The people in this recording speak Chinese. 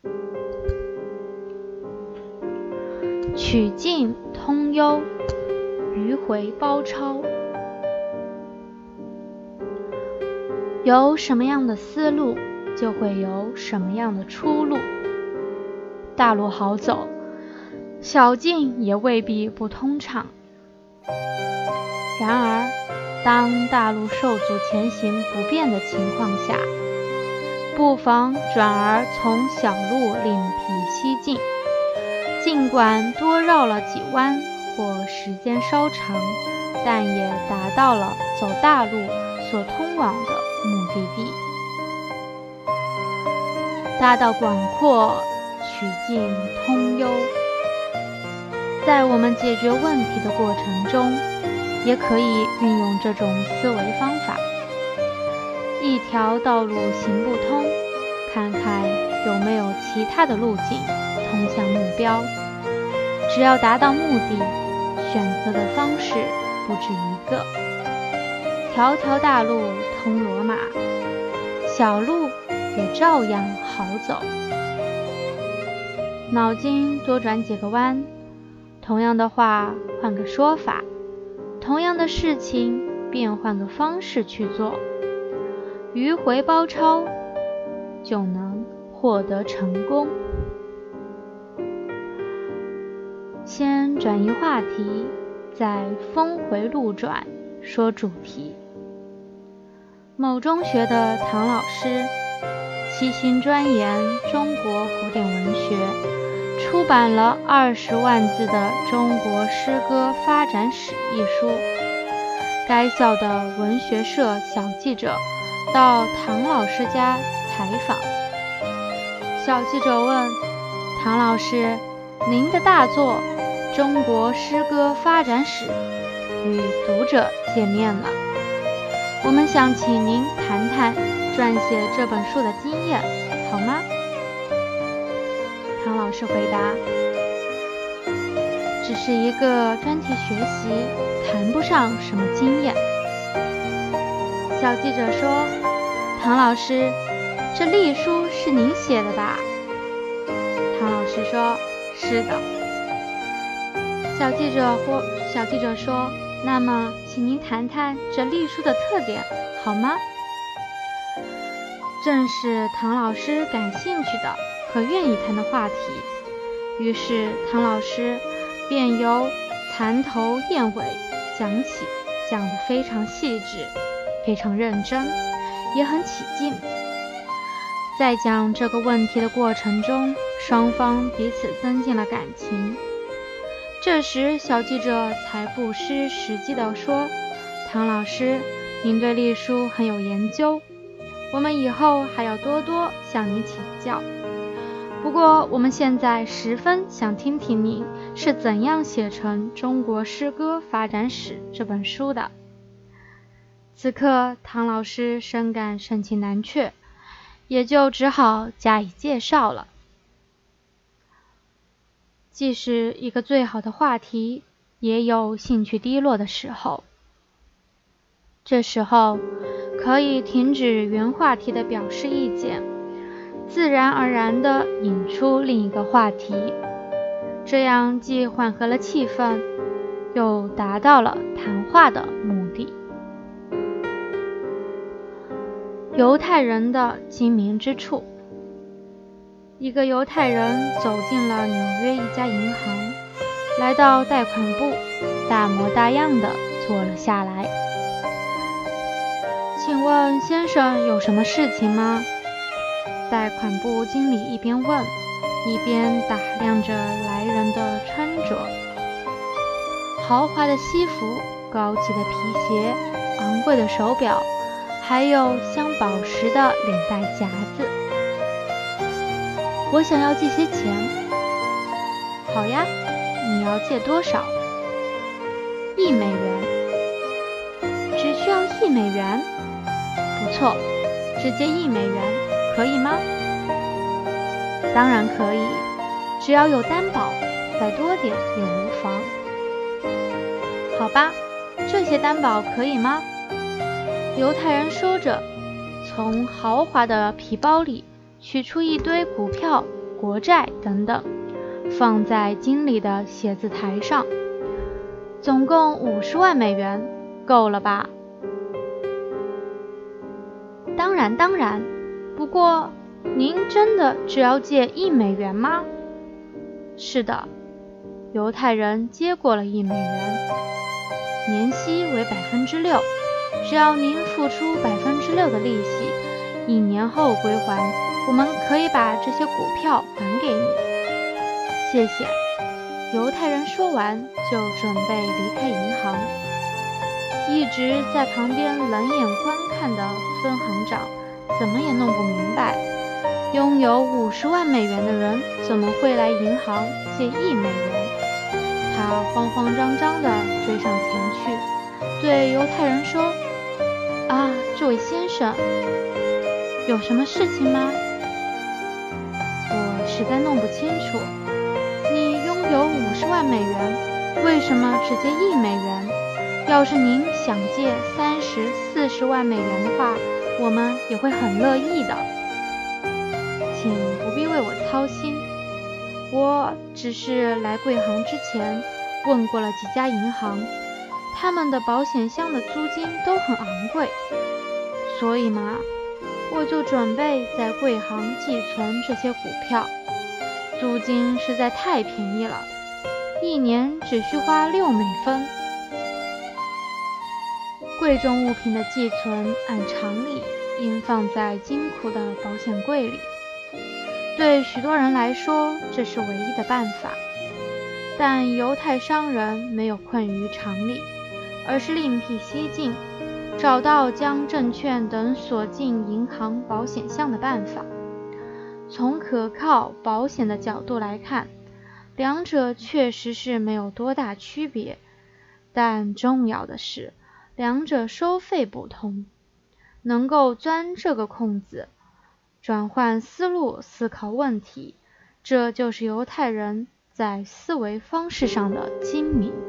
曲径通幽，迂回包抄。有什么样的思路，就会有什么样的出路。大路好走，小径也未必不通畅。然而，当大路受阻前行不便的情况下，不妨转而从小路另辟蹊径，尽管多绕了几弯或时间稍长，但也达到了走大路所通往的目的地。大道广阔，曲径通幽。在我们解决问题的过程中，也可以运用这种思维方法。一条道路行不通，看看有没有其他的路径通向目标。只要达到目的，选择的方式不止一个。条条大路通罗马，小路也照样好走。脑筋多转几个弯，同样的话换个说法，同样的事情变换个方式去做，迂回包抄，就能获得成功。先转移话题，再峰回路转说主题。某中学的唐老师悉心钻研中国古典文学，出版了20万字的《中国诗歌发展史》一书。该校的文学社小记者到唐老师家采访。小记者问唐老师，您的大作《中国诗歌发展史》与读者见面了，我们想请您谈谈撰写这本书的经验，好吗？唐老师回答，只是一个专题学习，谈不上什么经验。小记者说，唐老师，这隶书是您写的吧？唐老师说，是的。小记者说，那么请您谈谈这隶书的特点，好吗？正是唐老师感兴趣的和愿意谈的话题，于是唐老师便由蚕头燕尾讲起，讲得非常细致，非常认真，也很起劲。在讲这个问题的过程中，双方彼此增进了感情。这时小记者才不失时机地说，唐老师，您对隶书很有研究，我们以后还要多多向您请教。不过我们现在十分想听听您是怎样写成《中国诗歌发展史》这本书的。此刻唐老师深感盛情难却，也就只好加以介绍了。既是一个最好的话题，也有兴趣低落的时候。这时候可以停止原话题的表示意见，自然而然地引出另一个话题，这样既缓和了气氛，又达到了谈话的目的。犹太人的精明之处。一个犹太人走进了纽约一家银行，来到贷款部，大模大样地坐了下来。请问先生有什么事情吗？贷款部经理一边问，一边打量着来人的穿着。豪华的西服，高级的皮鞋，昂贵的手表，还有镶宝石的领带夹子。我想要借些钱。好呀，你要借多少？1美元。只需要1美元？不错，只借1美元，可以吗？当然可以，只要有担保，再多点也无妨。好吧，这些担保可以吗？犹太人说着，从豪华的皮包里取出一堆股票国债等等，放在经理的写字台上，总共50万美元，够了吧？当然，不过您真的只要借1美元吗？是的，犹太人接过了1美元，年息为6%，只要您付出6%的利息，1年后归还，我们可以把这些股票还给你。谢谢。犹太人说完就准备离开银行。一直在旁边冷眼观看的分行长怎么也弄不明白，拥有50万美元的人怎么会来银行借1美元？他慌慌张张地追上前去，对犹太人说：“啊，这位先生，有什么事情吗？我实在弄不清楚，你拥有50万美元，为什么只借1美元？要是您想借30、40万美元的话，我们也会很乐意的。请不必为我操心，我只是来贵行之前问过了几家银行，他们的保险箱的租金都很昂贵，所以嘛，我就准备在贵行寄存这些股票，租金实在太便宜了，1年只需花6美分。贵重物品的寄存按常理应放在金库的保险柜里，对许多人来说这是唯一的办法，但犹太商人没有困于常理，而是另辟蹊径，找到将证券等锁进银行保险箱的办法。从可靠保险的角度来看，两者确实是没有多大区别，但重要的是两者收费不同。能够钻这个空子，转换思路思考问题，这就是犹太人在思维方式上的精明。